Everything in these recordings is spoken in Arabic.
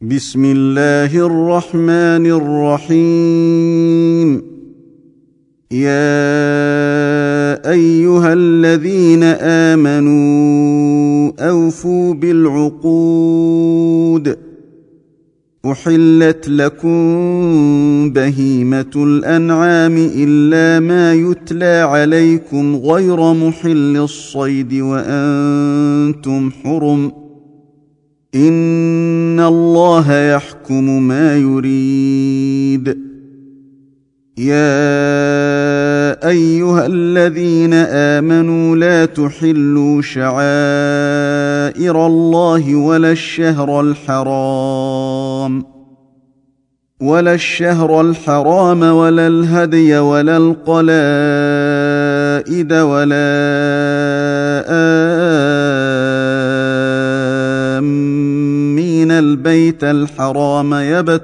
بسم الله الرحمن الرحيم. يا أيها الذين آمنوا أوفوا بالعقود. أحلت لكم بهيمة الأنعام إلا ما يتلى عليكم غير محل الصيد وأنتم حرم. إن الله يحكم ما يريد. يا أيها الذين آمنوا لا تحلوا شعائر الله ولا الشهر الحرام ولا الهدي ولا القلائد ولا آمين البيت الحرام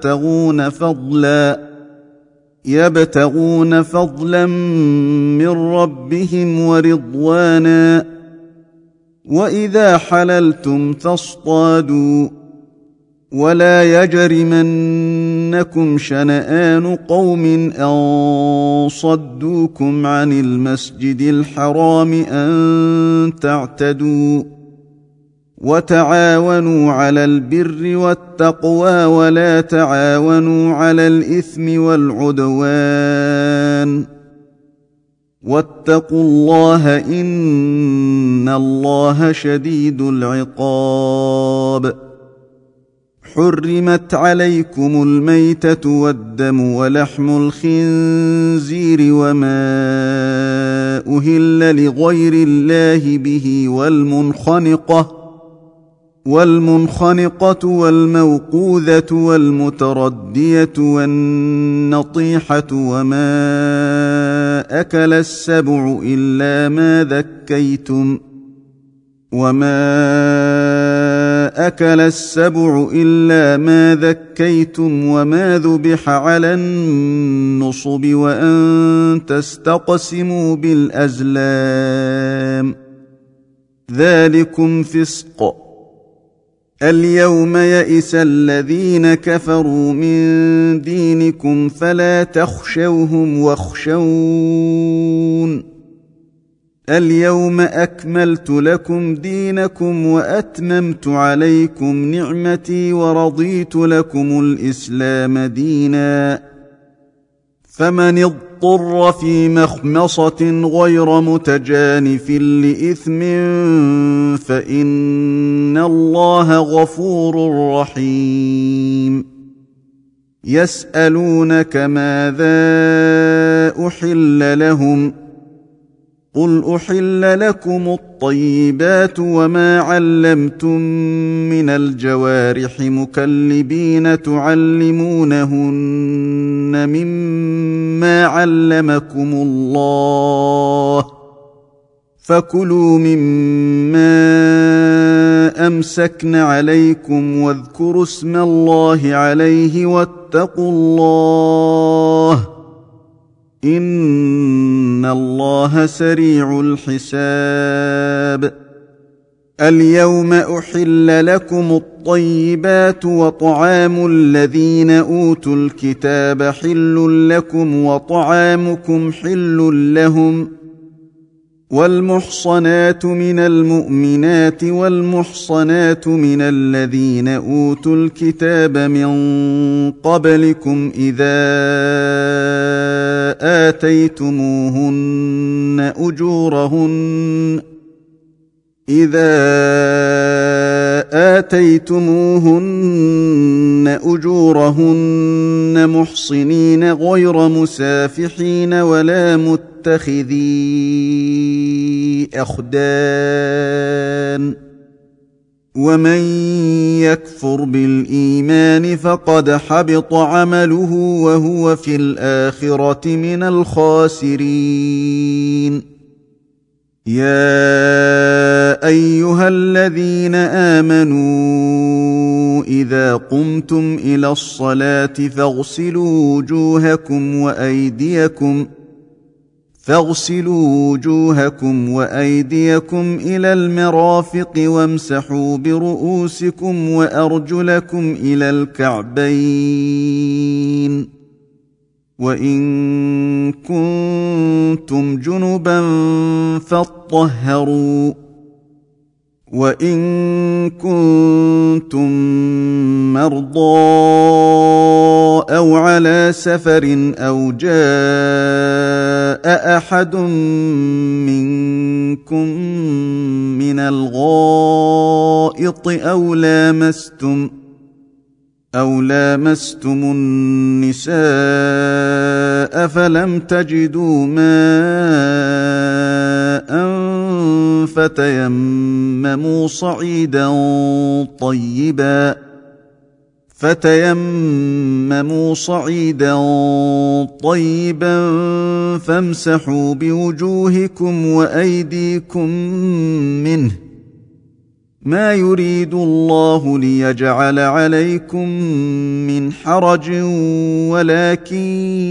يبتغون فضلا من ربهم ورضوانا. وإذا حللتم فاصطادوا ولا يجرمنكم شنآن قوم أن صدوكم عن المسجد الحرام أن تعتدوا. وتعاونوا على البر والتقوى ولا تعاونوا على الإثم والعدوان. واتقوا الله إن الله شديد العقاب. حرمت عليكم الميتة والدم ولحم الخنزير وما أهل لغير الله به والمنخنقة والموقوذة والمتردية والنطيحة وما أكل السبع إلا ما ذكيتم وما ذبح على النصب وأن تستقسموا بالأزلام ذلكم فسق. اليوم يئس الذين كفروا من دينكم فلا تخشوهم واخشون. اليوم أكملت لكم دينكم وأتممت عليكم نعمتي ورضيت لكم الإسلام دينا. فمن اضطر في مخمصة غير متجانف لإثم فإن الله غفور رحيم. يسألونك ماذا أحل لهم قل أحل لكم الطيبات وما علمتم من الجوارح مكلبين تعلمونهن مما علمكم الله فكلوا مما أمسكن عليكم واذكروا اسم الله عليه واتقوا الله إن الله سريع الحساب. اليوم أحل لكم الطيبات وطعام الذين أوتوا الكتاب حل لكم وطعامكم حل لهم. والمحصنات من المؤمنات والمحصنات من الذين أوتوا الكتاب من قبلكم إذا آتيتموهن أجورهن محصنين غير مسافحين ولا متخذي أخدان. ومن يكفر بالإيمان فقد حبط عمله وهو في الآخرة من الخاسرين. يا أيها الذين آمنوا إذا قمتم إلى الصلاة فاغسلوا وجوهكم وأيديكم إلى المرافق وامسحوا برؤوسكم وأرجلكم إلى الكعبين وإن كنتم جنبا فاطهروا وإن كنتم مرضى أو على سفر أو جاء أحد منكم من الغائط أو لامستم النساء فلم تجدوا ماء فتيمموا صعيدا طيبا فامسحوا بوجوهكم وأيديكم منه ما يريد الله ليجعل عليكم من حرج ولكن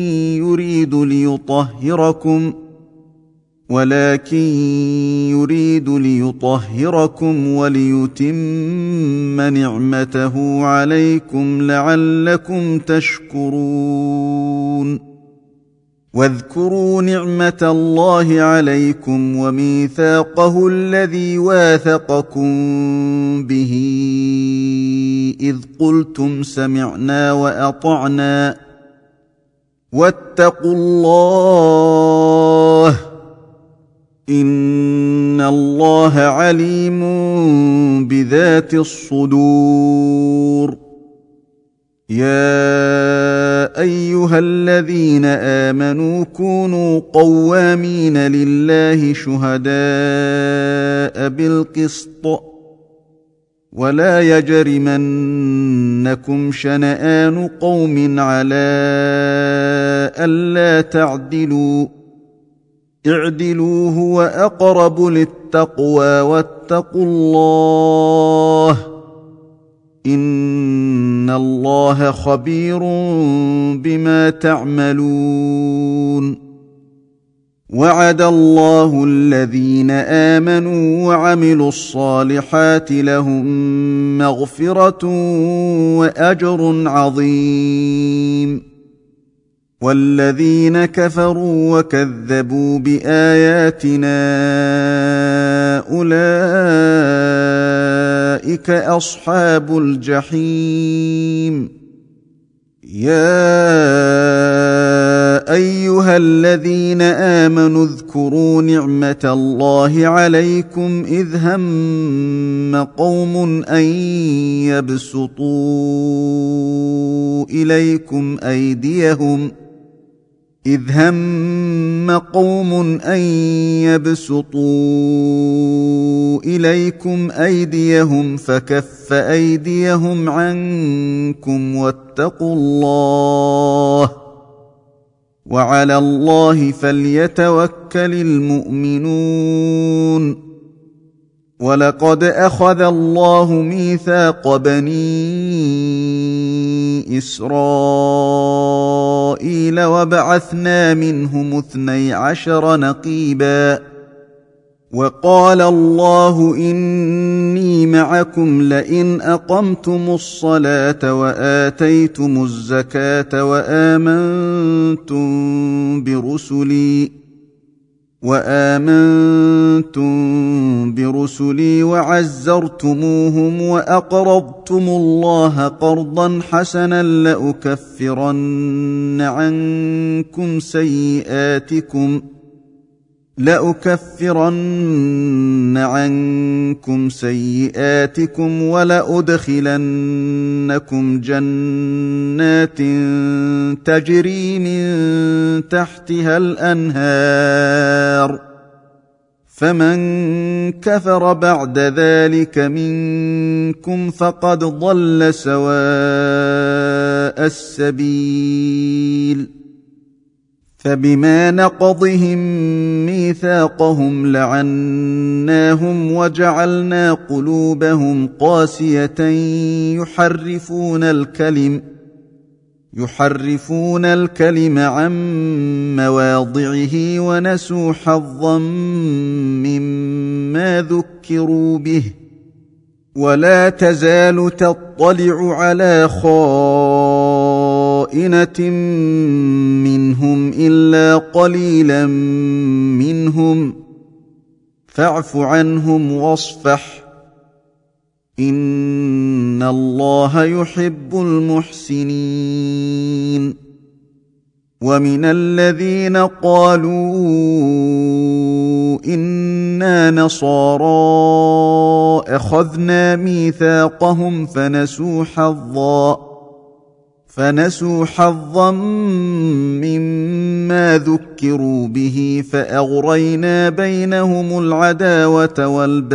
يريد ليطهركم وليتم نعمته عليكم لعلكم تشكرون واذكروا نعمة الله عليكم وميثاقه الذي واثقكم به إذ قلتم سمعنا وأطعنا واتقوا الله إن الله عليم بذات الصدور يا أيها الذين آمنوا كونوا قوامين لله شهداء بالقسط ولا يجرمنكم شنآن قوم على ألا تعدلوا اعدلوا هو أقرب للتقوى واتقوا الله إن الله خبير بما تعملون وعد الله الذين آمنوا وعملوا الصالحات لهم مغفرة وأجر عظيم والذين كفروا وكذبوا بآياتنا أولئك أصحاب الجحيم يا أيها الذين آمنوا اذكروا نعمة الله عليكم إذ هم قوم أن يبسطوا إليكم أيديهم فكف أيديهم عنكم واتقوا الله وعلى الله فليتوكل المؤمنون ولقد أخذ الله ميثاق بني إسرائيل وبعثنا منهم 12 نقيبا وقال الله إني معكم لئن أقمتم الصلاة وآتيتم الزكاة وآمنتم برسلي وعزرتموهم وأقرضتم الله قرضا حسنا لأكفرن عنكم سيئاتكم ولأدخلنكم جنات تجري من تحتها الأنهار فمن كفر بعد ذلك منكم فقد ضل سواء السبيل فبما نقضهم ميثاقهم لعناهم وجعلنا يحرفون الكلم عن مواضعه ونسوا حظا مما ذكروا به ولا تزال تطلع على خائنة منهم إلا قليلا منهم فاعف عنهم واصفح إن الله يحب المحسنين ومن الذين قالوا إنا نصارى أخذنا ميثاقهم فنسوا حظا مما ذكروا به فأغرينا بينهم العداوة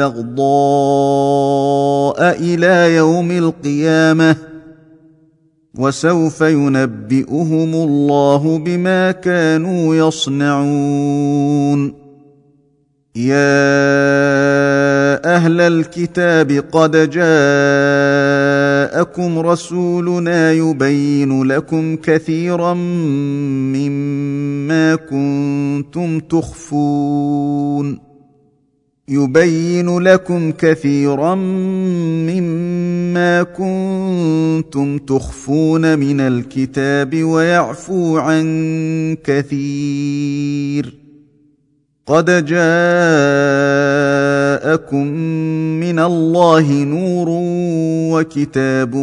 والبغضاء إلى يوم القيامة وسوف ينبئهم الله بما كانوا يصنعون يا أهل الكتاب قد جاءكم رسولنا يبين لكم كثيرا مما كنتم تخفون من الكتاب ويعفو عن كثير قد جاءكم من الله نور وكتاب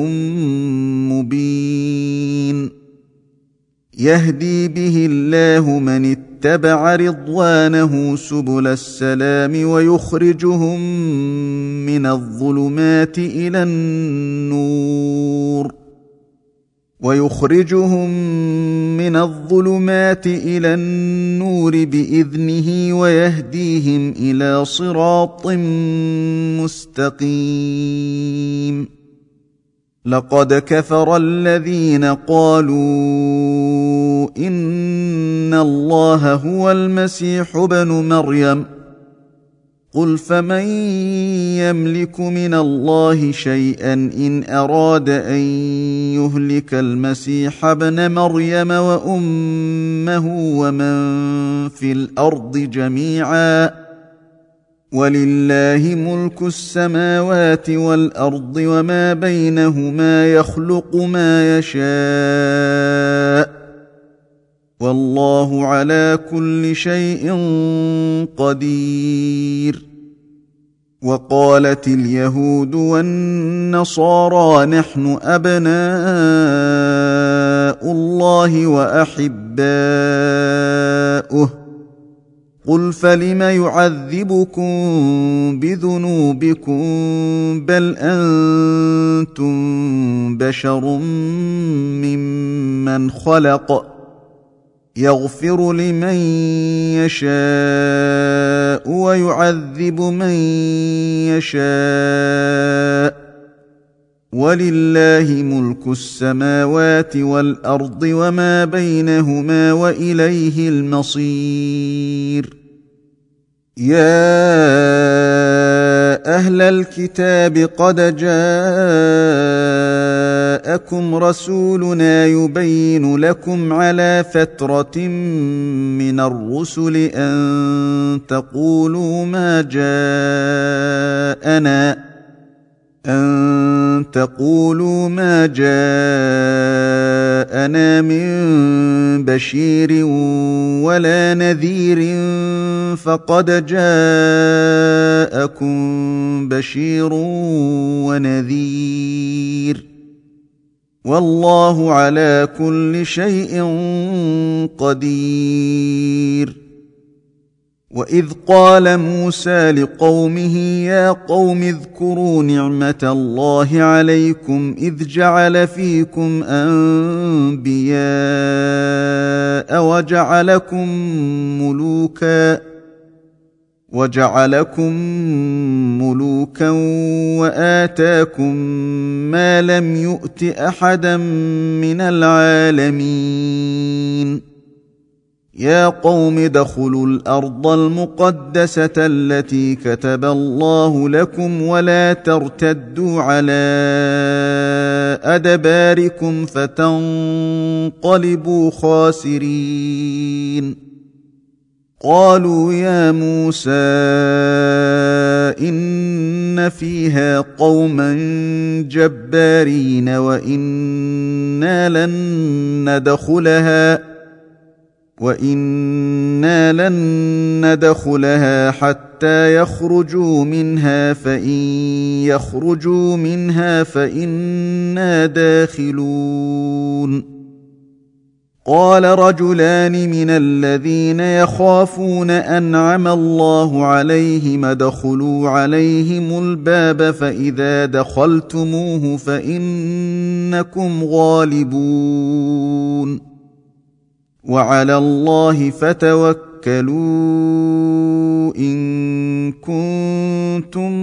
مبين يهدي به الله من اتبع رضوانه سبل السلام ويخرجهم من الظلمات إلى النور بإذنه ويهديهم إلى صراط مستقيم لقد كفر الذين قالوا إن الله هو المسيح ابن مريم قل فمن يملك من الله شيئا إن أراد أن يهلك المسيح ابن مريم وأمه ومن في الأرض جميعا ولله ملك السماوات والأرض وما بينهما يخلق ما يشاء والله على كل شيء قدير وقالت اليهود والنصارى نحن أبناء الله وأحباؤه قل فلم يعذبكم بذنوبكم بل أنتم بشر ممن خلق يغفر لمن يشاء ويعذب من يشاء ولله ملك السماوات والأرض وما بينهما وإليه المصير يا أهل الكتاب قد جاءكم رسولنا يبين لكم على فترة من الرسل أن تقولوا ما جاءنا من بشير ولا نذير فقد جاءكم بشير ونذير والله على كل شيء قدير وإذ قال موسى لقومه يا قوم اذكروا نعمة الله عليكم إذ جعل فيكم أنبياء وجعلكم ملوكا وآتاكم ما لم يؤت أحدا من العالمين يا قوم ادخلوا الأرض المقدسة التي كتب الله لكم ولا ترتدوا على أدباركم فتنقلبوا خاسرين. قالوا يا موسى إن فيها قوما جبارين وإنا لن ندخلها حتى يخرجوا منها فإن يخرجوا منها فإنا داخلون. قال رجلان من الذين يخافون أنعم الله عليهم ادخلوا عليهم الباب فإذا دخلتموه فإنكم غالبون وعلى الله فتوكلوا إن كنتم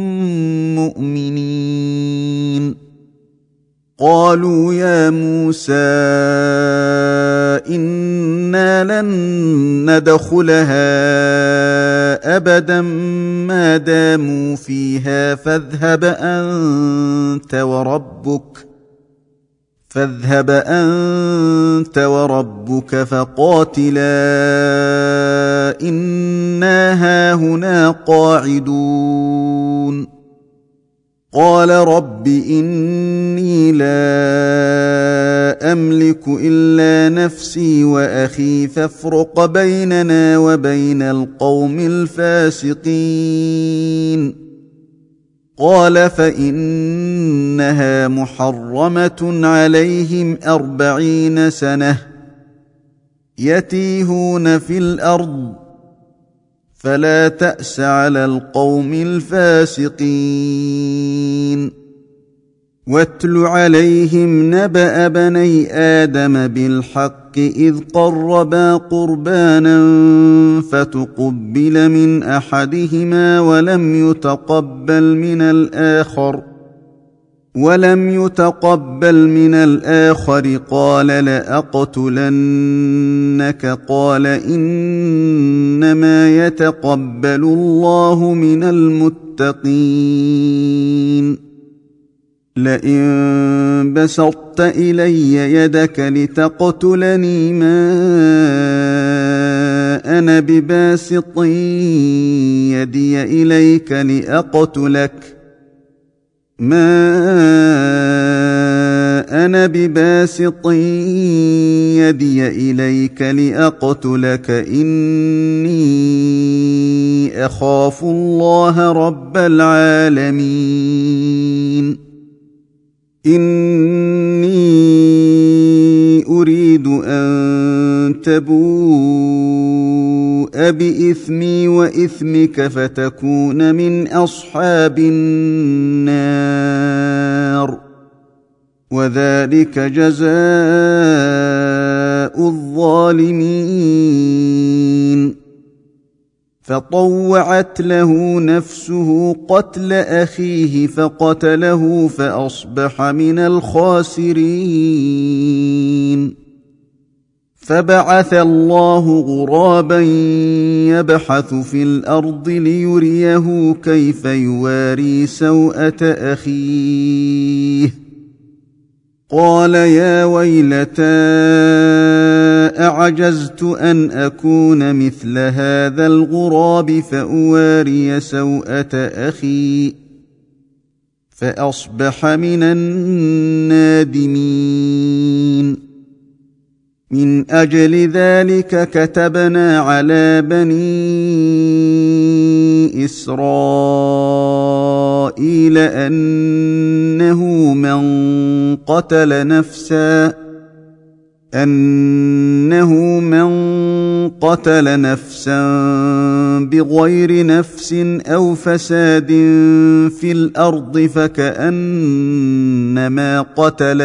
مؤمنين. قالوا يا موسى إنا لن ندخلها أبدا ما داموا فيها فاذهب أنت وربك فقاتلا إنا هاهنا قاعدون. قال رب إني لا أملك إلا نفسي وأخي فافرق بيننا وبين القوم الفاسقين. قال فإنها محرمة عليهم 40 سنة يتيهون في الأرض فلا تأس على القوم الفاسقين. واتل عليهم نبأ بني آدم بالحق إذ قربا قربانا فتقبل من أحدهما ولم يتقبل من الآخر قال لأقتلنك قال إنما يتقبل الله من المتقين. لئن بسطت إلي يدك لتقتلني ما أنا بباسط يدي إليك لأقتلك إني أخاف الله رب العالمين. إني أريد أن تبوء بإثمي وإثمك فتكون من أصحاب النار وذلك جزاء الظالمين. فطوعت له نفسه قتل أخيه فقتله فأصبح من الخاسرين. فبعث الله غرابا يبحث في الأرض ليريه كيف يواري سوءة أخيه. قال يا ويلتى أعجزت أن أكون مثل هذا الغراب فأواري سوءة أخي فأصبح من النادمين. من أجل ذلك كتبنا على بني إسرائيل أنه من قتل نفسا بغير نفس أو فساد في الأرض فكأنما قتل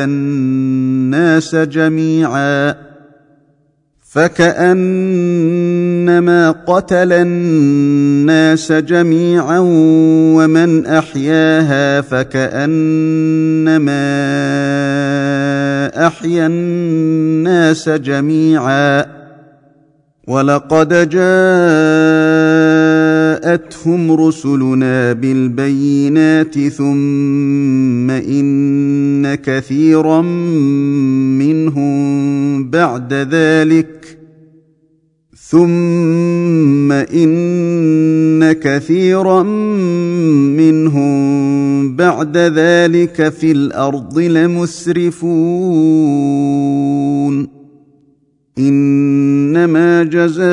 الناس جميعا ومن أحياها فكأنما أحيا الناس جميعا ولقد جاءتهم رسلنا بالبينات ثم إن كثيرا منهم بعد ذلك في الأرض لمسرفون إنما جزاء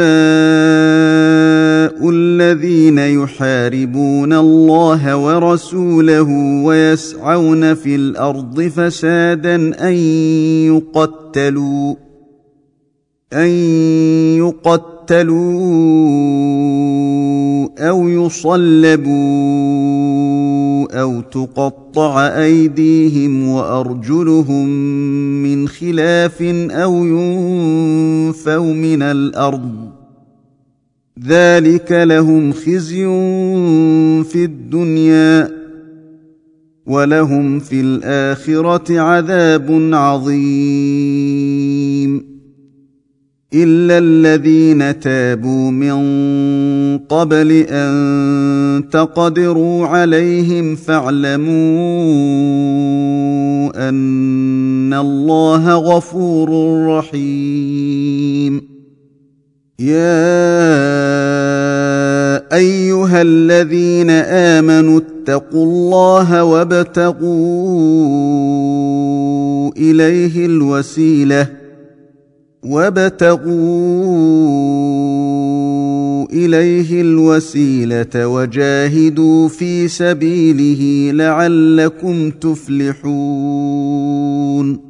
الذين يحاربون الله ورسوله ويسعون في الأرض فسادا أن يقتلوا أو يصلبوا أو تقطع أيديهم وأرجلهم من خلاف أو ينفوا من الأرض ذلك لهم خزي في الدنيا ولهم في الآخرة عذاب عظيم إلا الذين تابوا من قبل أن تقدروا عليهم فاعلموا أن الله غفور رحيم يا أيها الذين آمنوا اتقوا الله وابتغوا إليه الوسيلة وجاهدوا في سبيله لعلكم تفلحون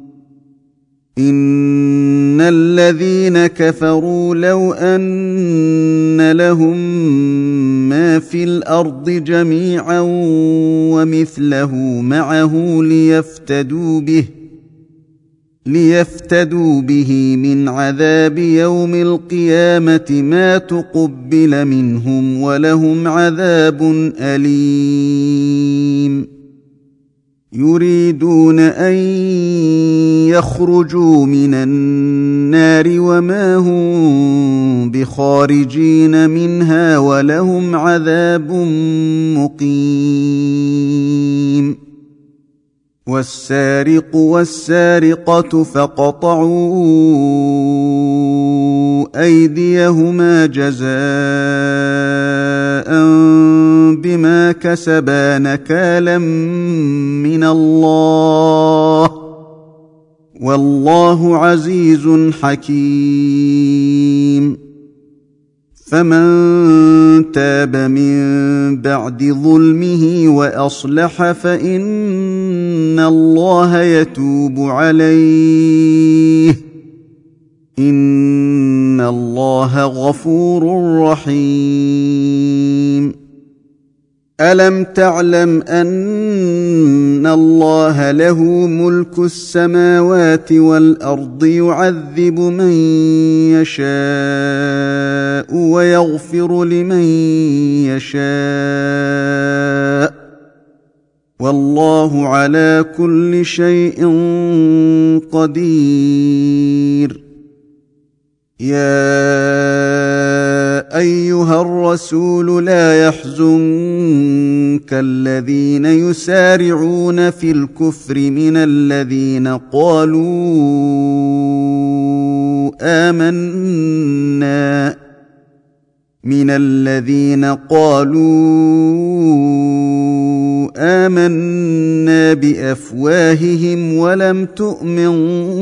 إن الذين كفروا لو أن لهم ما في الأرض جميعا ومثله معه ليفتدوا به من عذاب يوم القيامة ما تقبل منهم ولهم عذاب أليم يريدون أن يخرجوا من النار وما هم بخارجين منها ولهم عذاب مقيم والسارق والسارقة فاقطعوا أيديهما جزاء بما كسبا نكالا من الله والله عزيز حكيم فمن تاب من بعد ظلمه وأصلح فإن الله يتوب عليه إن الله غفور رحيم ألم تعلم أن الله له ملك السماوات والأرض يعذب من يشاء ويغفر لمن يشاء والله على كل شيء قدير يا أيها الرسول لا يحزنك الذين يسارعون في الكفر من الذين قالوا آمنا بأفواههم ولم تؤمن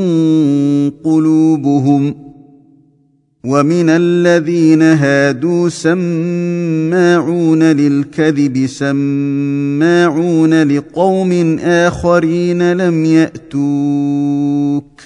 قلوبهم ومن الذين هادوا سماعون للكذب سماعون لقوم آخرين لم يأتوك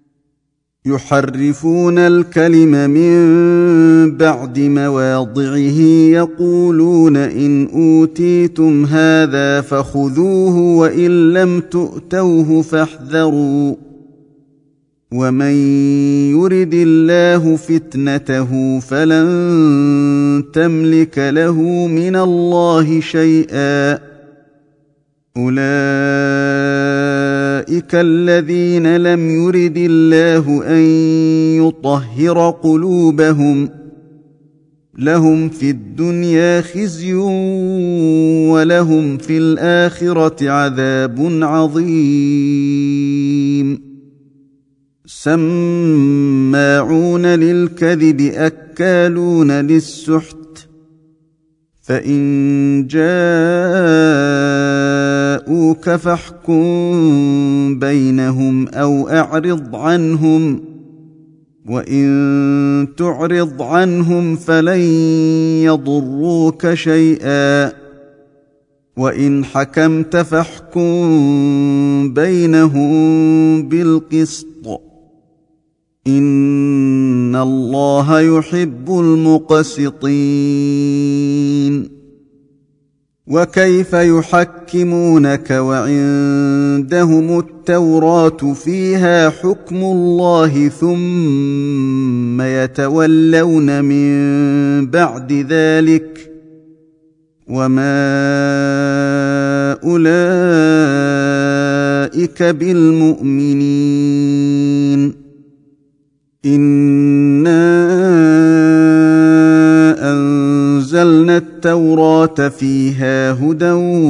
يحرفون الكلم من بعد مواضعه يقولون إن أوتيتم هذا فخذوه وإن لم تؤتوه فاحذروا ومن يرد الله فتنته فلن تملك له من الله شيئا أولئك أولئك الذين لم يرد الله أن يطهر قلوبهم لهم في الدنيا خزي ولهم في الآخرة عذاب عظيم سماعون للكذب أكالون للسحت فإن جاءوك فاحكم بينهم أو أعرض عنهم وإن تعرض عنهم فلن يضروك شيئا وإن حكمت فاحكم بينهم بالقسط إن الله يحب المقسطين وكيف يحكمونك وعندهم التوراة فيها حكم الله ثم يتولون من بعد ذلك وما أولئك بالمؤمنين إنا أنزلنا التوراة فيها هدى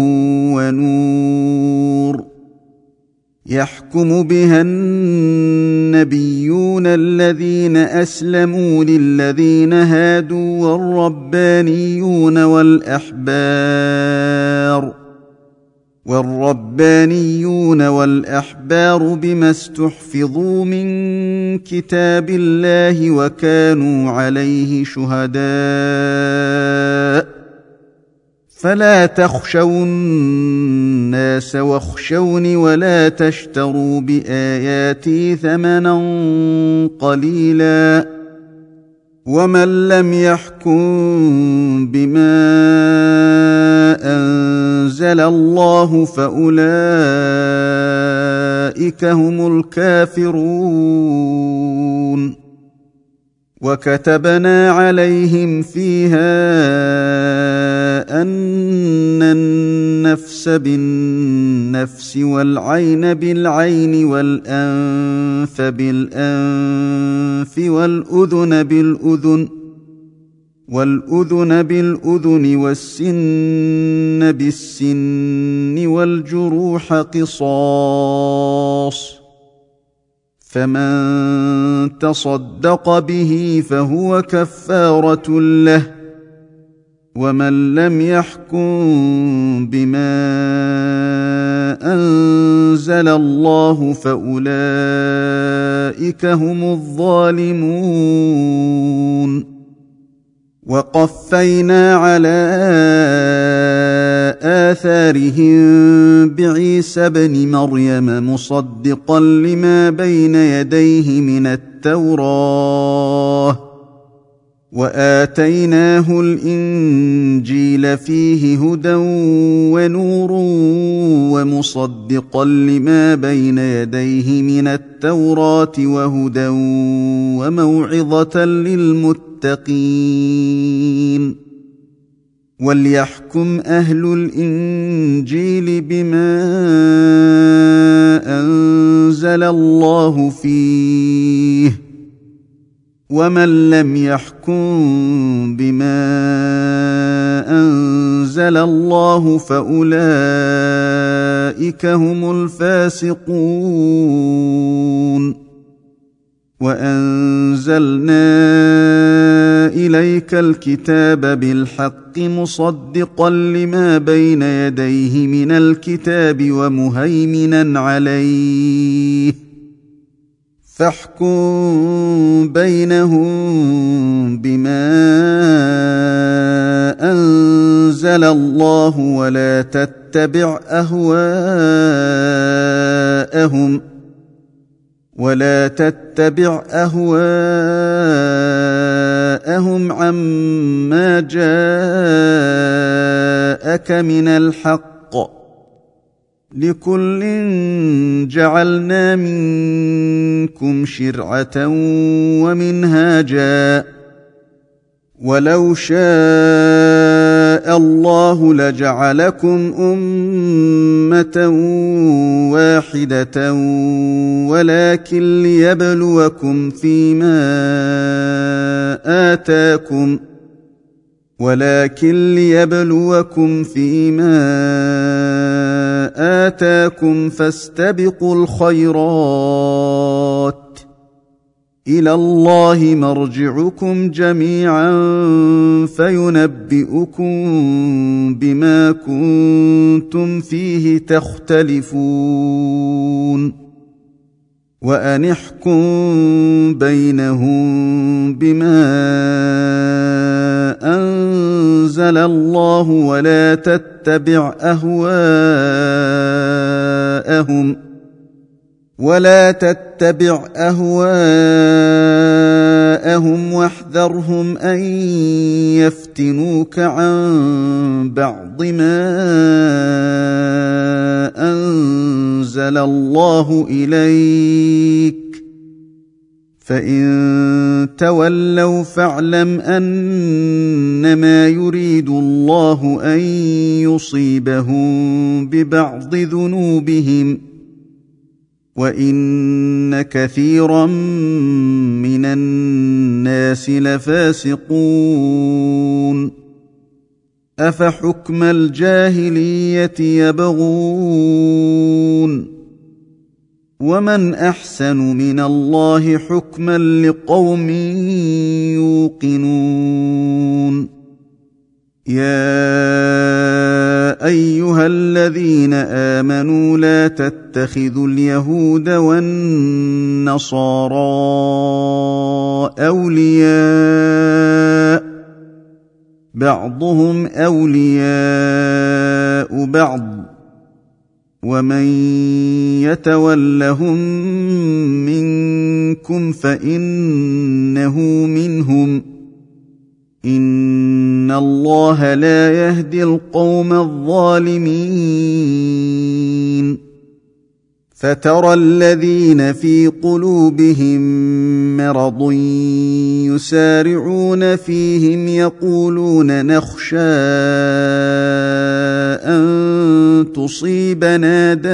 ونور يحكم بها النبيون الذين أسلموا للذين هادوا والربانيون والأحبار بما استحفظوا من كتاب الله وكانوا عليه شهداء فلا تخشوا الناس واخشوني ولا تشتروا بآياتي ثمنا قليلا ومن لم يحكم بما أنزل الله فأولئك هم الكافرون وكتبنا عليهم فيها أن النفس بالنفس والعين بالعين والأنف بالأنف والأذن بالأذن والسن بالسن والجروح قصاص فمن تصدق به فهو كفارة له ومن لم يحكم بما أنزل الله فأولئك هم الظالمون وقفينا على آثارهم بعيسى ابن مريم مصدقا لما بين يديه من التوراة وآتيناه الإنجيل فيه هدى ونور ومصدقا لما بين يديه من التوراة وهدى وموعظة للمتقين وليحكم أهل الإنجيل بما أنزل الله فيه ومن لم يحكم بما أنزل الله فأولئك هم الفاسقون وأنزلنا إليك الكتاب بالحق مصدقا لما بين يديه من الكتاب ومهيمنا عليه فاحكم بينهم بما أنزل الله ولا تتبع أهواءهم عما جاءك من الحق لكل جعلنا منكم شرعة ومنهاجا ولو شاء يشاء الله لجعلكم أمة واحدة ولكن ليبلوكم فيما آتاكم فاستبقوا الخيرات إلى الله مرجعكم جميعا فينبئكم بما كنتم فيه تختلفون وأن احكم بينهم بما أنزل الله ولا تتبع أهواءهم واحذرهم أن يفتنوك عن بعض ما أنزل الله إليك فإن تولوا فاعلم أنما يريد الله أن يصيبهم ببعض ذنوبهم وإن كثيرا من الناس لفاسقون أفحكم الجاهلية يبغون ومن أحسن من الله حكما لقوم يوقنون يا أيها الذين آمنوا لا تتخذوا اليهود والنصارى أولياء بعضهم أولياء بعض ومن يتولهم منكم فإنه منهم إن الله لا يهدي القوم الظالمين فترى الذين في قلوبهم مرض يسارعون فيهم يقولون نخشى أن تصيبنا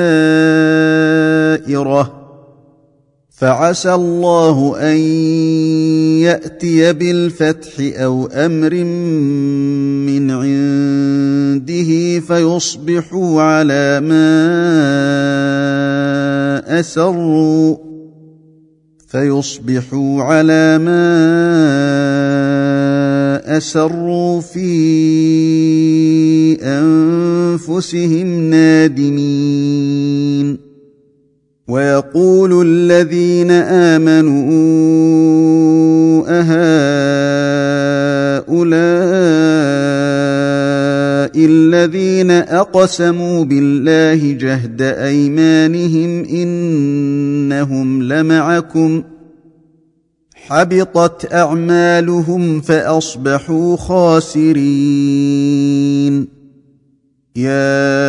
دائرة فعسى الله أن يأتي بالفتح أو أمر من عنده فيصبحوا على ما أسروا في أنفسهم نادمين ويقول الذين آمنوا أهؤلاء الذين أقسموا بالله جهد أيمانهم إنهم لمعكم حبطت أعمالهم فأصبحوا خاسرين يا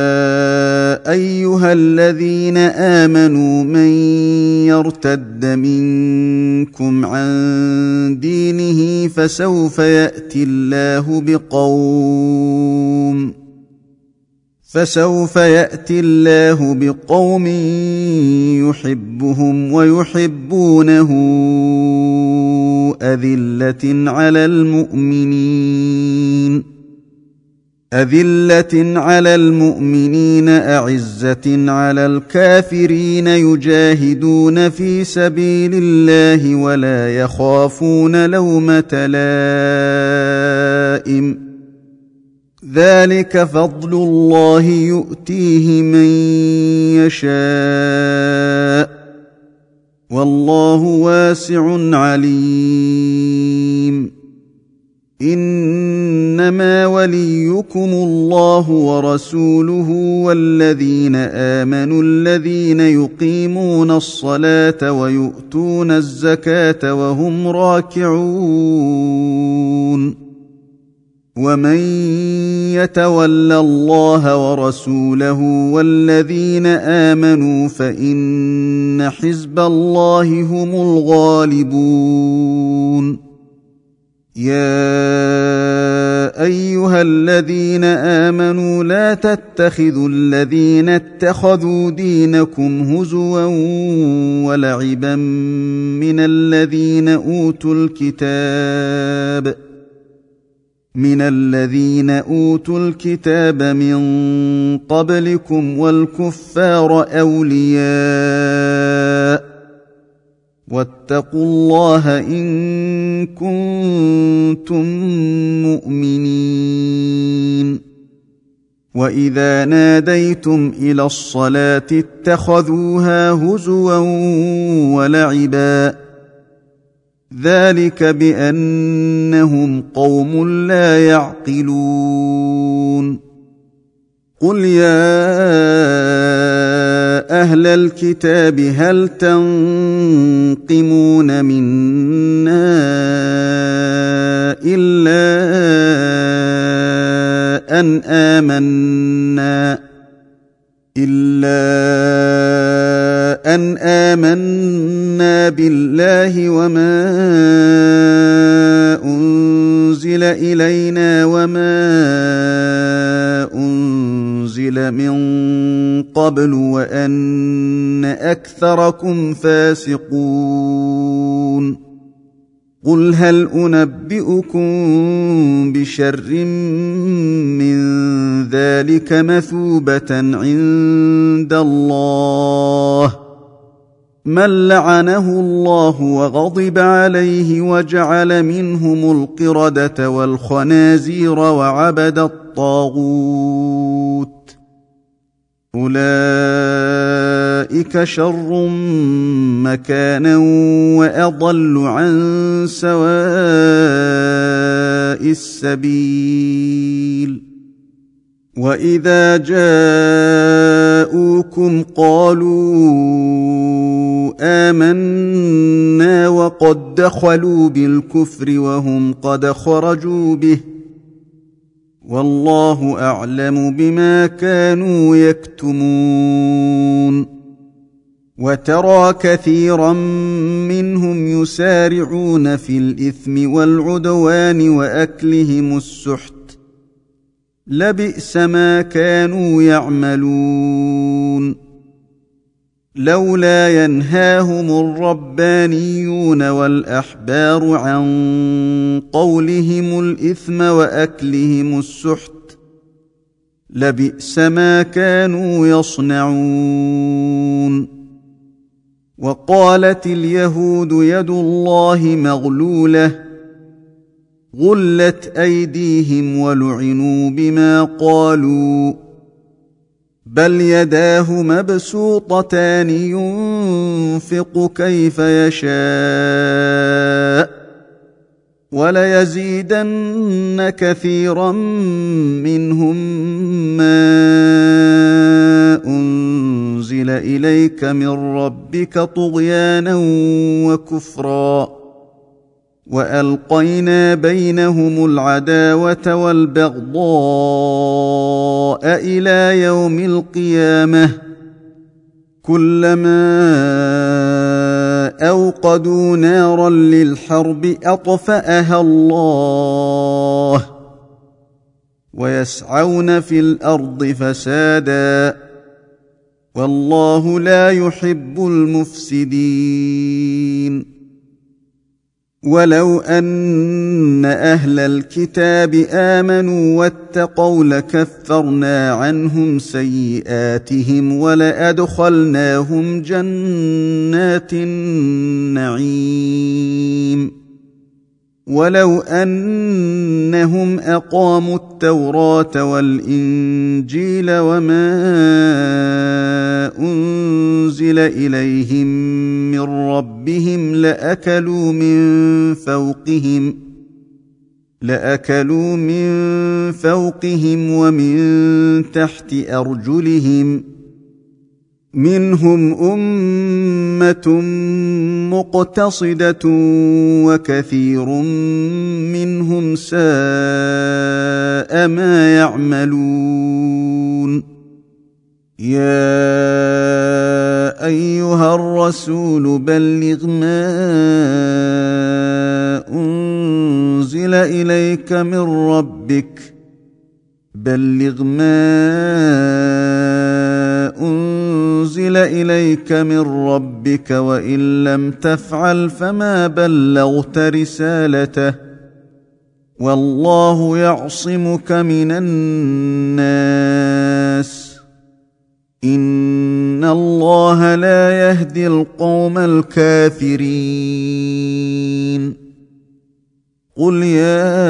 أيها الذين آمنوا من يرتد منكم عن دينه فسوف يأتي الله بقوم يحبهم ويحبونه أذلة على المؤمنين أعزة على الكافرين يجاهدون في سبيل الله ولا يخافون لومة لائم ذلك فضل الله يؤتيه من يشاء والله واسع عليم إنما وليكم الله ورسوله والذين آمنوا الذين يقيمون الصلاة ويؤتون الزكاة وهم راكعون ومن يتول الله ورسوله والذين آمنوا فإن حزب الله هم الغالبون يا ايها الذين امنوا لا تتخذوا الذين اتخذوا دينكم هزوا ولعبا من الذين اوتوا الكتاب من قبلكم والكفار اولياء واتقوا الله ان كنتم مؤمنين. واذا ناديتم الى الصلاه اتخذوها هزوا ولعبا ذلك بانهم قوم لا يعقلون. قل يا اهل الكتاب هل تنقمون منا الا ان آمنا بالله وما أنزل إلينا وما أنزل من قبل وأن أكثركم فاسقون. قل هل أنبئكم بشر من ذلك مثوبة عند الله من لعنه الله وغضب عليه وجعل منهم القردة والخنازير وعبد الطاغوت أولئك شر مكانا وأضل عن سواء السبيل. وإذا جاءوكم قالوا آمنا وقد دخلوا بالكفر وهم قد خرجوا به والله أعلم بما كانوا يكتمون. وترى كثيرا منهم يسارعون في الإثم والعدوان وأكلهم السحت لبئس ما كانوا يعملون. لولا ينهاهم الربانيون والأحبار عن قولهم الإثم وأكلهم السحت لبئس ما كانوا يصنعون. وقالت اليهود يد الله مغلولة غلت أيديهم ولعنوا بما قالوا بل يداه مبسوطتان ينفق كيف يشاء وليزيدن كثيرا منهم ما أنزل إليك من ربك طغيانا وكفرا وألقينا بينهم العداوة والبغضاء إلى يوم القيامة كلما أوقدوا نارا للحرب أطفأها الله ويسعون في الأرض فسادا والله لا يحب المفسدين. ولو أن أهل الكتاب آمنوا واتقوا لكفرنا عنهم سيئاتهم ولأدخلناهم جنات النعيم. ولو أنهم أقاموا التوراة والإنجيل وما أنزل إليهم من ربهم لأكلوا من فوقهم ومن تحت أرجلهم منهم أمة مقتصدة وكثير منهم ساء ما يعملون. يا أيها الرسول بلغ ما أنزل أنزل إليك من ربك بلغ ما أنزل إليك من ربك وإن لم تفعل فما بلغت رسالته والله يعصمك من الناس إن الله لا يهدي القوم الكافرين قل يا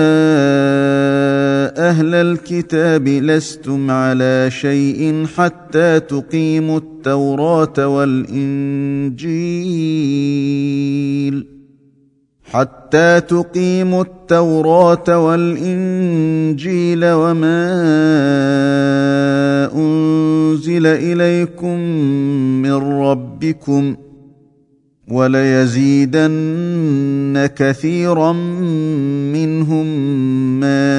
أهل الكتاب لستم على شيء حتى تقيموا التوراة والإنجيل وما أنزل إليكم من ربكم وليزيدن كثيرا منهم ما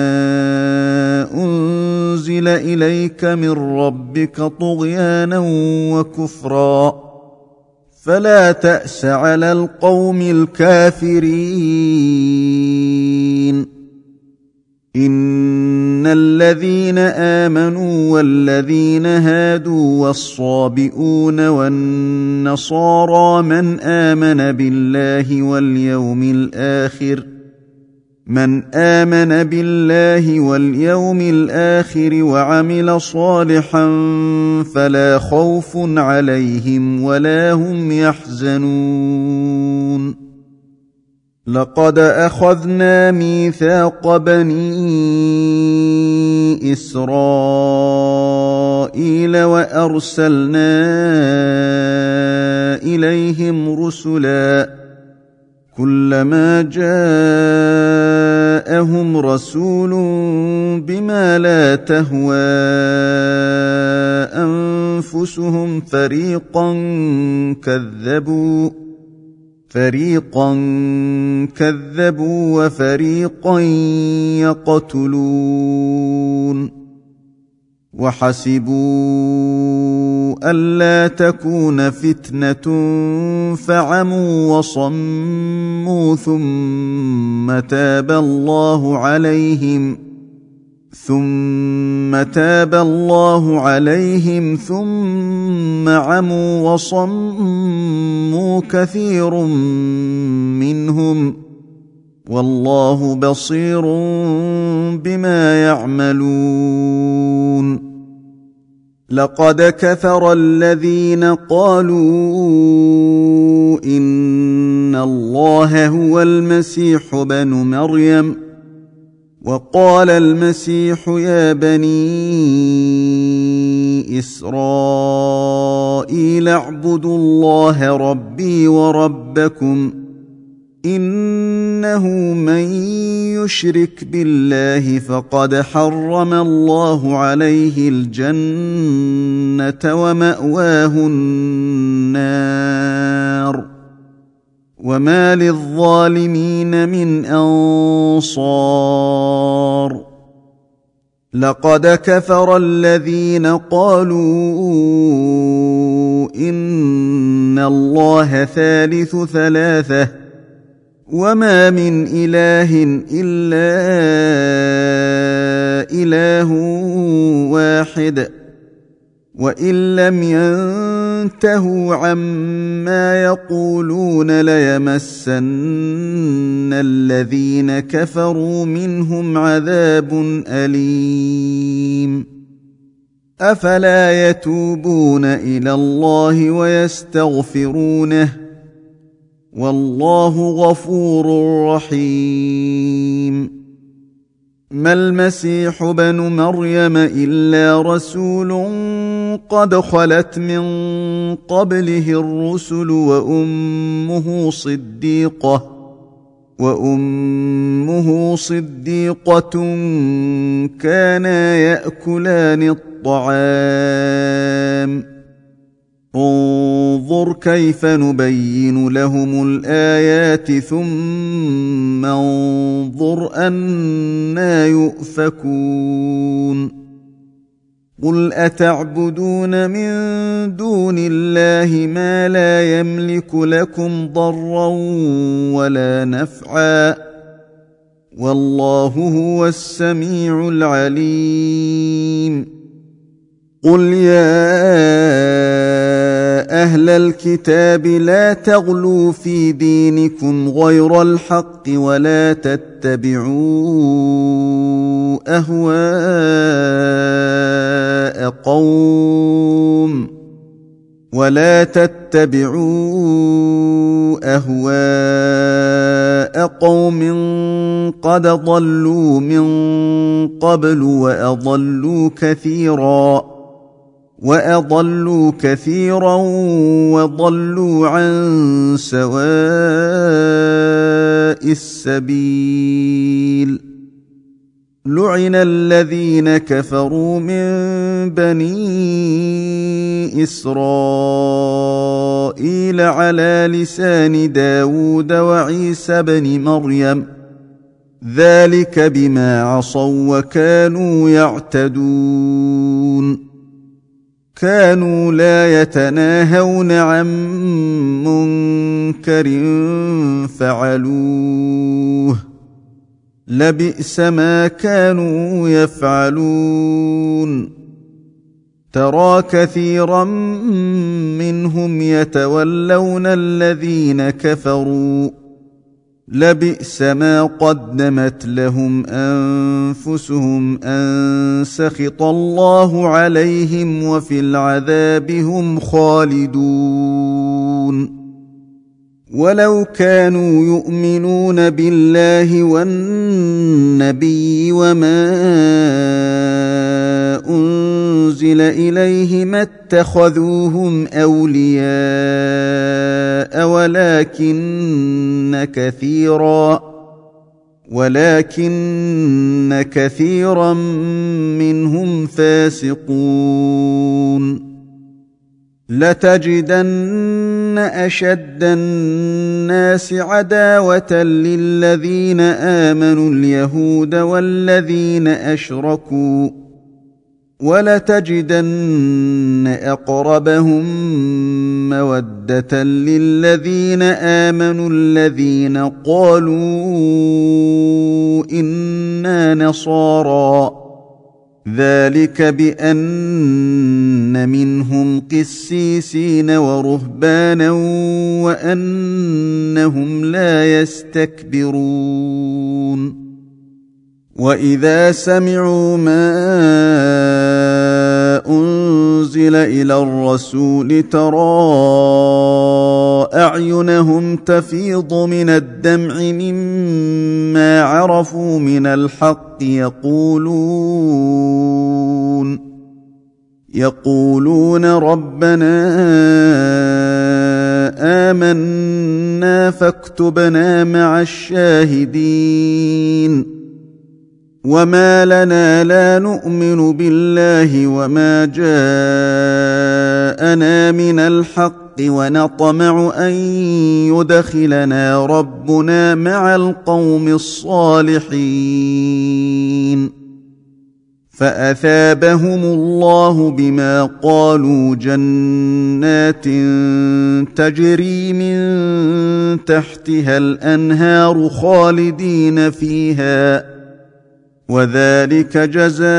أنزل إليك من ربك طغيانا وكفرا فلا تأس على القوم الكافرين إن الذين آمنوا والذين هادوا والصابئون والنصارى من آمن بالله واليوم الآخر وعمل صالحا فلا خوف عليهم ولا هم يحزنون لقد أخذنا ميثاق بني إسرائيل وأرسلنا إليهم رسلا كلما جاءهم رسول بما لا تهوى أنفسهم فريقا كذبوا وفريقا يقتلون وحسبوا ألا تكون فتنة فعموا وصموا ثم تاب الله عليهم ثم عموا وصموا كثير منهم والله بصير بما يعملون لقد كفر الذين قالوا إن الله هو المسيح بن مريم وقال المسيح يا بني إسرائيل اعبدوا الله ربي وربكم إنه من يشرك بالله فقد حرم الله عليه الجنة ومأواه النار وما للظالمين من أنصار لقد كفر الذين قالوا إن الله ثالث ثلاثة وما من إله إلا إله واحد وإن لم ينتهوا عما يقولون ليمسن الذين كفروا منهم عذاب أليم أفلا يتوبون إلى الله ويستغفرونه والله غفور رحيم ما المسيح بن مريم إلا رسول قد خلت من قبله الرسل وأمه صديقة كانا يأكلان الطعام انظر كيف نبين لهم الآيات ثم انظر أنى يؤفكون قل أتعبدون من دون الله ما لا يملك لكم ضرا ولا نفعا والله هو السميع العليم. قل يا أهل الكتاب لا تغلوا في دينكم غير الحق ولا تتبعوا أهواء قوم قد ضلوا من قبل وأضلوا كثيرا وضلوا عن سواء السبيل. لعن الذين كفروا من بني إسرائيل على لسان داود وعيسى بن مريم، ذلك بما عصوا وكانوا يعتدون. كانوا لا يتناهون عن منكر فعلوه، لبئس ما كانوا يفعلون. ترى كثيرا منهم يتولون الذين كفروا، لبئس ما قدمت لهم أنفسهم أن سخط الله عليهم وفي العذاب هم خالدون. ولو كانوا يؤمنون بالله والنبي وما أنزل إليه ما اتخذوهم أولياء ولكن كثيرا منهم فاسقون. لتجدن أشد الناس عداوة للذين آمنوا اليهود والذين أشركوا، ولتجدن أقربهم مودة للذين آمنوا الذين قالوا إنا نصارى، ذلك بأن منهم قسيسين ورهبانا وأنهم لا يستكبرون. وإذا سمعوا ما أنزل إلى الرسول ترى أعينهم تفيض من الدمع مما عرفوا من الحق يقولون ربنا آمنا فاكتبنا مع الشاهدين. وما لنا لا نؤمن بالله وما جاءنا من الحق ونطمع أن يدخلنا ربنا مع القوم الصالحين. فأثابهم الله بما قالوا جنات تجري من تحتها الأنهار خالدين فيها، وذلك جزاء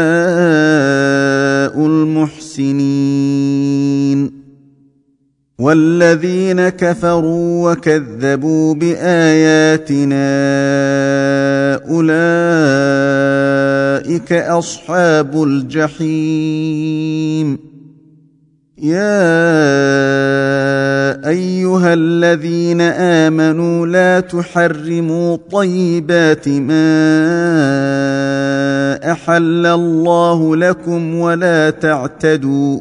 المحسنين. والذين كفروا وكذبوا بآياتنا أولئك أصحاب الجحيم. يا أيها الذين آمنوا لا تحرموا طيبات ما أحل الله لكم ولا تعتدوا،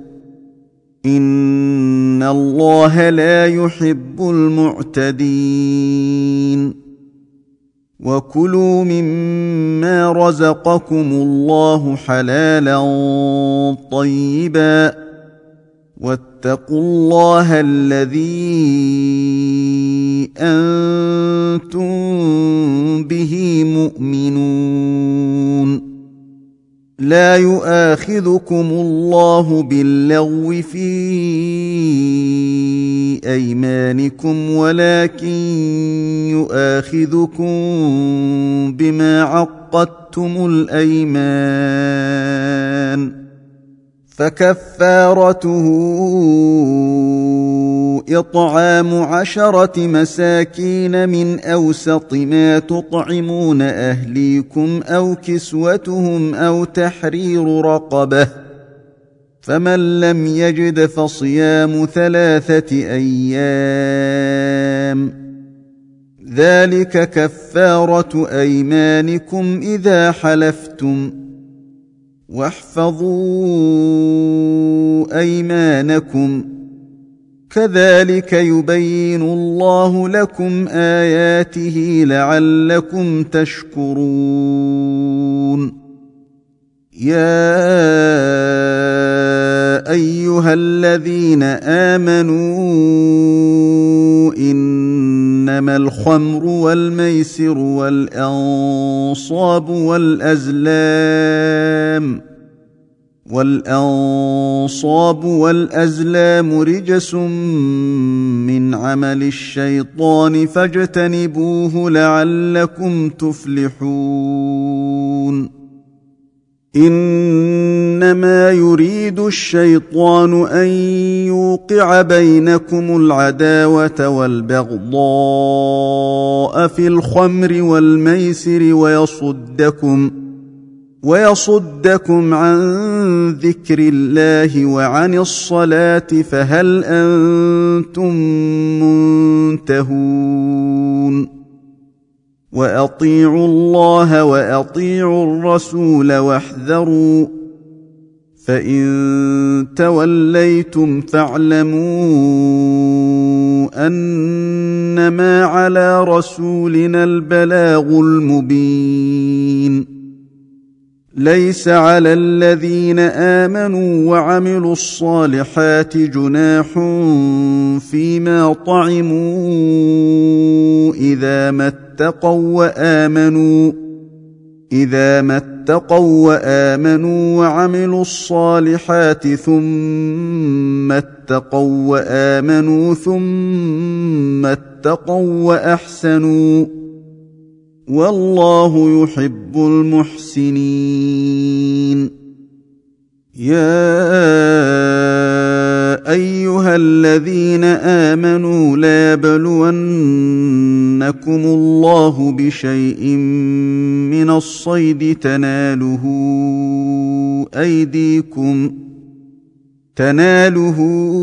إن الله لا يحب المعتدين. وكلوا مما رزقكم الله حلالا طيبا، واتقوا الله الذي أنتم به مؤمنون. لا يؤاخذكم الله باللغو في أيمانكم ولكن يؤاخذكم بما عقدتم الأيمان فكفارته إطعام 10 مساكين من أوسط ما تطعمون أهليكم أو كسوتهم أو تحرير رقبة فمن لم يجد فصيام 3 أيام ذلك كفارة أيمانكم إذا حلفتم واحفظوا أيمانكم كذلك يبين الله لكم آياته لعلكم تشكرون يا أيها الذين آمنوا إنما الخمر والميسر والأنصاب والأزلام رجس من عمل الشيطان فاجتنبوه لعلكم تفلحون إنما يريد الشيطان أن يوقع بينكم العداوة والبغضاء في الخمر والميسر ويصدكم عن ذكر الله وعن الصلاة فهل أنتم منتهون وأطيعوا الله وأطيعوا الرسول واحذروا فإن توليتم فاعلموا أنما على رسولنا البلاغ المبين ليس على الذين آمنوا وعملوا الصالحات جناح فيما طعموا إذا ما اتقوا وآمنوا وعملوا الصالحات ثم اتقوا وآمنوا ثم اتقوا وأحسنوا والله يحب المحسنين يا أيها الذين آمنوا لا يبلونكم الله بشيء من الصيد تناله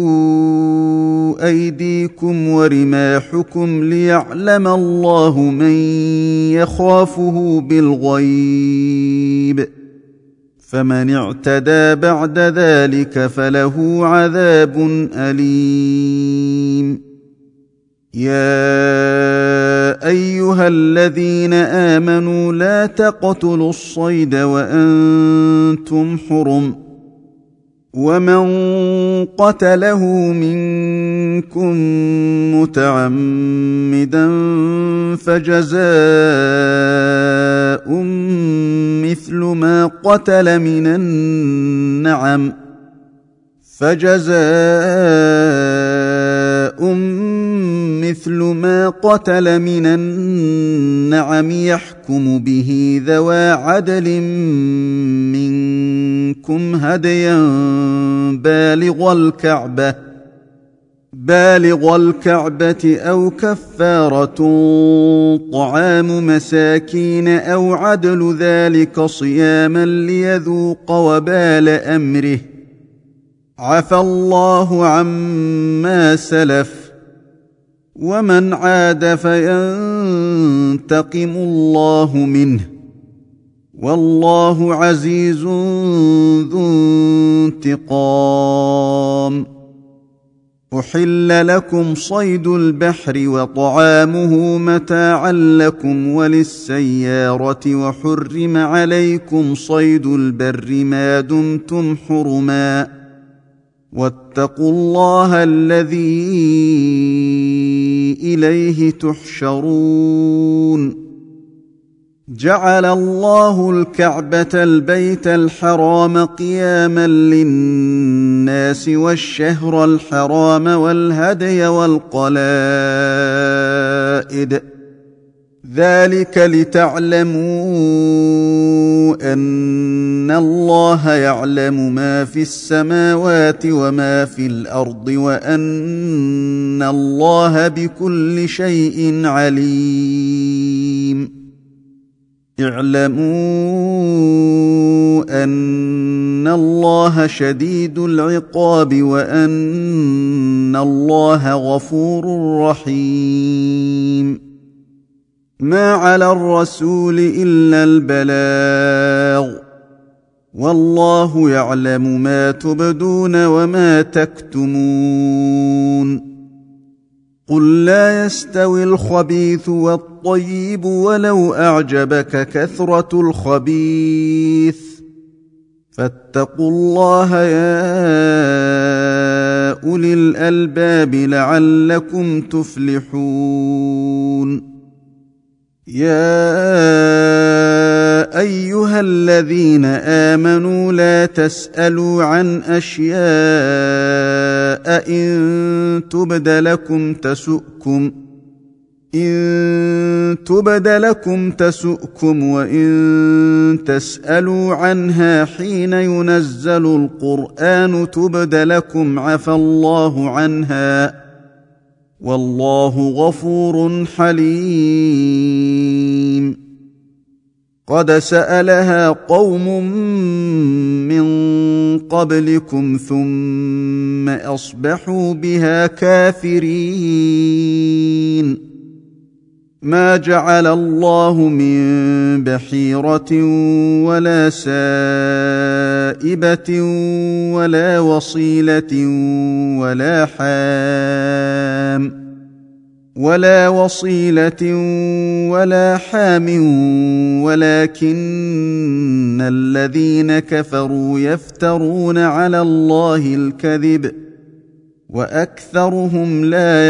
أيديكم ورماحكم ليعلم الله من يخافه بالغيب فمن اعتدى بعد ذلك فله عذاب أليم يا أيها الذين آمنوا لا تقتلوا الصيد وأنتم حرم ومن قتله منكم متعمدا فجزاء مثل ما قتل من النعم يحكم به ذوى عدل منكم هديا بالغ الكعبة أو كفارة طعام مساكين أو عدل ذلك صياما ليذوق وبال أمره عفى الله عما سلف ومن عاد فينتقم الله منه والله عزيز ذو انتقام أحل لكم صيد البحر وطعامه متاعا لكم وللسيارة وحرم عليكم صيد البر ما دمتم حرما واتقوا الله الذي إليه تحشرون جعل الله الكعبة البيت الحرام قياما للناس والشهر الحرام والهدي والقلائد ذلك لتعلموا أن الله يعلم ما في السماوات وما في الأرض وأن الله بكل شيء عليم اعلموا أن الله شديد العقاب وأن الله غفور رحيم ما على الرسول إلا البلاغ والله يعلم ما تبدون وما تكتمون قل لا يستوي الخبيث والطيب ولو أعجبك كثرة الخبيث فاتقوا الله يا أولي الألباب لعلكم تفلحون يا أيها الذين آمنوا لا تسألوا عن أشياء إن تبد لكم تسؤكم وإن تسألوا عنها حين ينزل القرآن تبد لكم عفى الله عنها والله غفور حليم قد سألها قوم من قبلكم ثم أصبحوا بها كافرين ما جعل الله من بحيرة ولا سائبة ولا وصيلة ولا حام ولكن الذين كفروا يفترون على الله الكذب وأكثرهم لا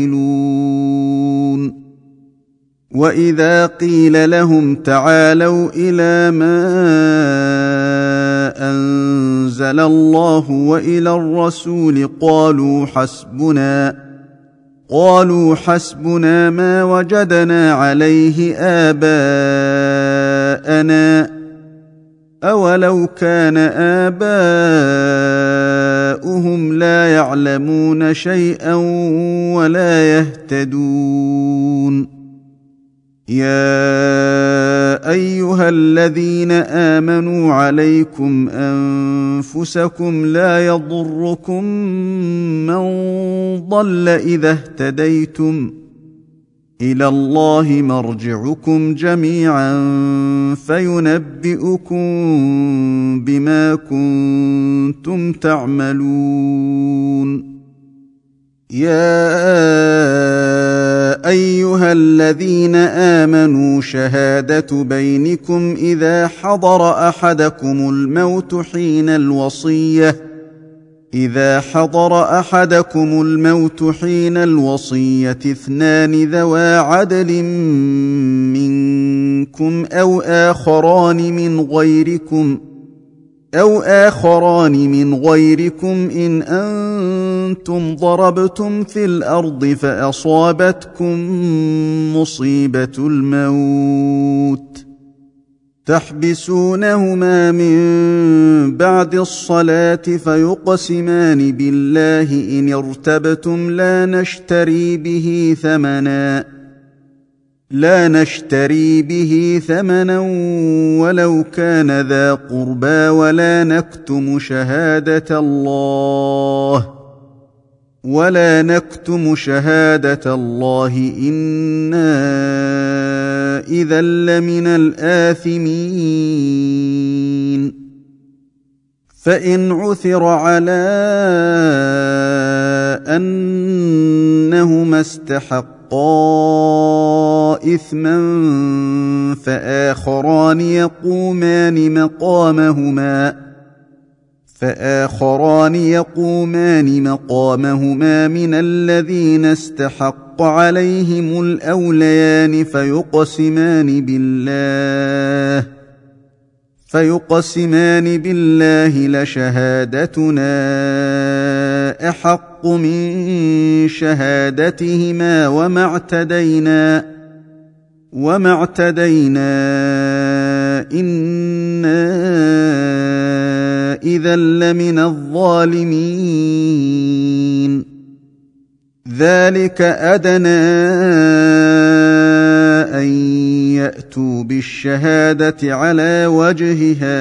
يعقلون وإذا قيل لهم تعالوا إلى ما أنزل الله وإلى الرسول قالوا حسبنا ما وجدنا عليه آباءنا أولو كان آباؤهم لا يعلمون شيئا ولا يهتدون يا أيها الذين آمنوا عليكم أنفسكم لا يضركم من ضل إذا اهتديتم إلى الله مرجعكم جميعا فينبئكم بما كنتم تعملون يا أيها الذين آمنوا شهادة بينكم إذا حضر أحدكم الموت حين الوصية اثنان ذوى عدل منكم أو آخران من غيركم إن أنتم ضربتم في الأرض فأصابتكم مصيبة الموت تحبسونهما من بعد الصلاة فيقسمان بالله إن ارتبتم لا نشتري به ثمنا ولو كان ذا قربى ولا نكتم شهادة الله إنا إذا لمن الآثمين فإن عثر على أنهما استحقا إثما فآخران يقومان مقامهما من الذين استحقوا حق عليهم الأوليان فيقسمان بالله لشهادتنا أحق من شهادتهما وما اعتدينا إنا إذا لمن الظالمين ذلك أدنى أن يأتوا بالشهادة على وجهها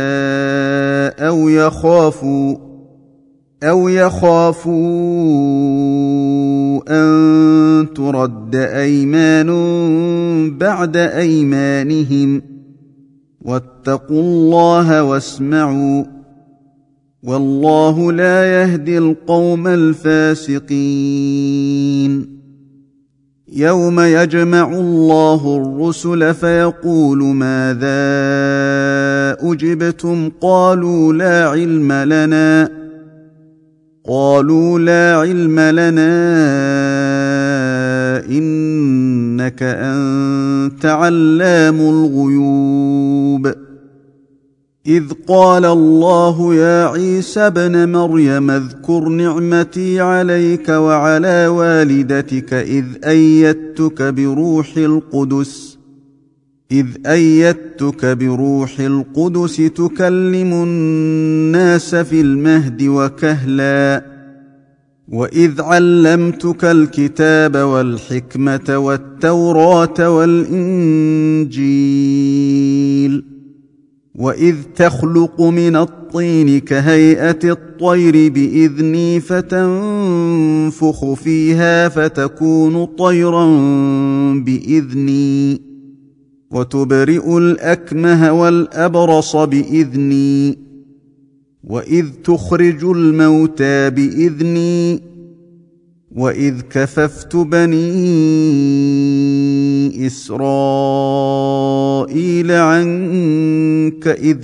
أو يخافوا أن ترد أيمان بعد أيمانهم واتقوا الله واسمعوا والله لا يهدي القوم الفاسقين يوم يجمع الله الرسل فيقول ماذا أجبتم قالوا لا علم لنا إنك أنت علام الغيوب إذ قال الله يا عيسى ابن مريم اذكر نعمتي عليك وعلى والدتك إذ أيدتك بروح القدس تكلم الناس في المهد وكهلا وإذ علمتك الكتاب والحكمة والتوراة والإنجيل وإذ تخلق من الطين كهيئة الطير بإذني فتنفخ فيها فتكون طيرا بإذني وتبرئ الأكمه والأبرص بإذني وإذ تخرج الموتى بإذني وإذ كففت بني إسرائيل عنك إذ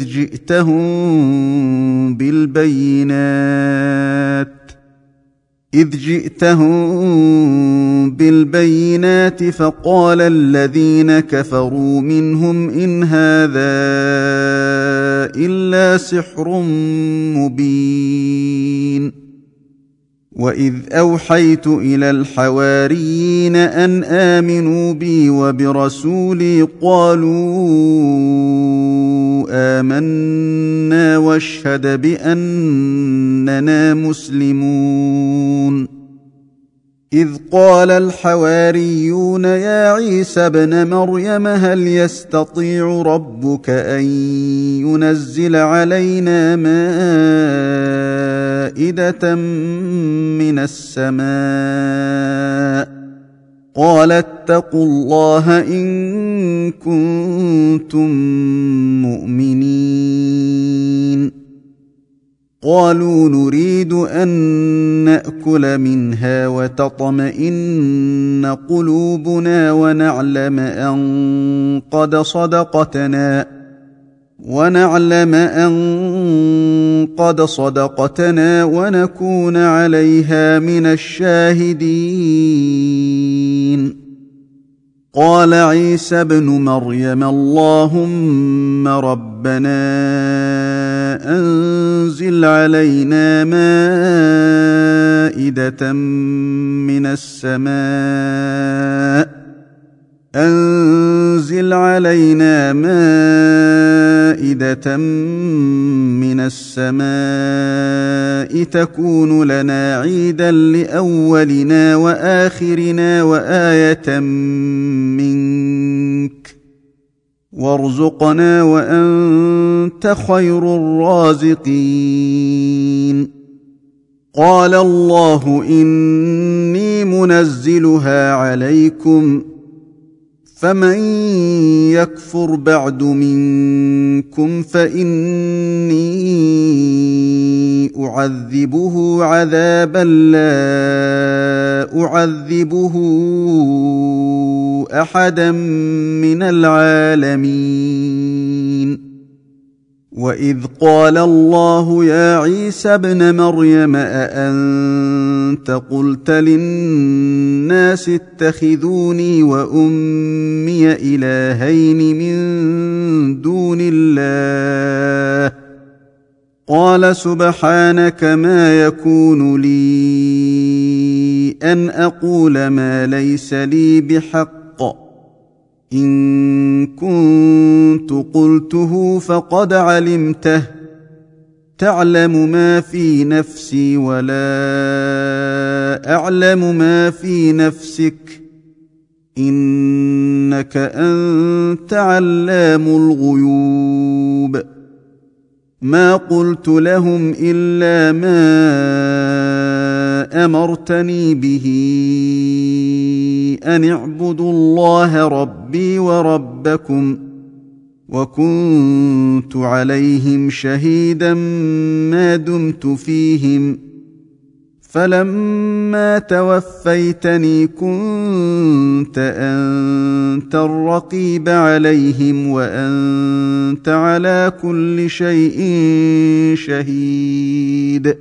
جئتهم بالبينات فقال الذين كفروا منهم إن هذا إلا سحر مبين وإذ أوحيت إلى الحواريين أن آمنوا بي وبرسولي قالوا آمنا واشهد بأننا مسلمون إذ قال الحواريون يا عيسى ابن مريم هل يستطيع ربك أن ينزل علينا مائدة من السماء قال اتقوا الله إن كنتم مؤمنين قالوا نريد أن نأكل منها وتطمئن قلوبنا ونعلم أن قد صدقتنا ونكون عليها من الشاهدين قال عيسى ابن مريم اللهم ربنا أنزل علينا مائدة من السماء تكون لنا عيدا لأولنا وآخرنا وآية منك وارزقنا وأنت خير الرازقين قال الله إني منزلها عليكم فمن يكفر بعد منكم فإني أعذبه عذابا لا أعذبه أحدا من العالمين وإذ قال الله يا عيسى ابن مريم أأنت قلت للناس اتخذوني وأمي إلهين من دون الله قال سبحانك ما يكون لي أن أقول ما ليس لي بحق إن كنت قلته فقد علمته تعلم ما في نفسي ولا أعلم ما في نفسك إنك أنت علام الغيوب ما قلت لهم إلا ما أمرتني به أن اعبدوا الله ربي وربكم وكنت عليهم شهيدا ما دمت فيهم فلما توفيتني كنت أنت الرقيب عليهم وأنت على كل شيء شهيد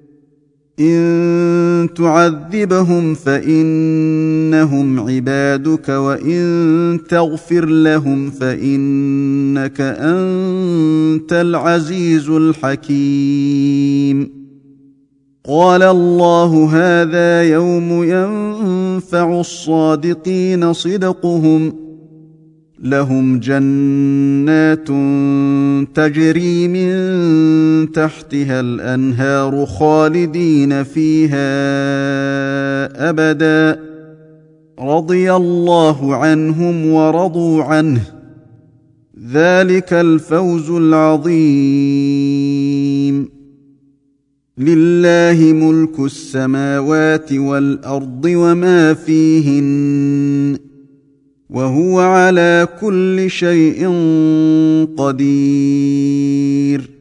إن تعذبهم فإنهم عبادك وإن تغفر لهم فإنك أنت العزيز الحكيم قال الله هذا يوم ينفع الصادقين صدقهم لهم جنات تجري من تحتها الأنهار خالدين فيها أبدا رضي الله عنهم ورضوا عنه ذلك الفوز العظيم لله ملك السماوات والأرض وما فيهن وهو على كل شيء قدير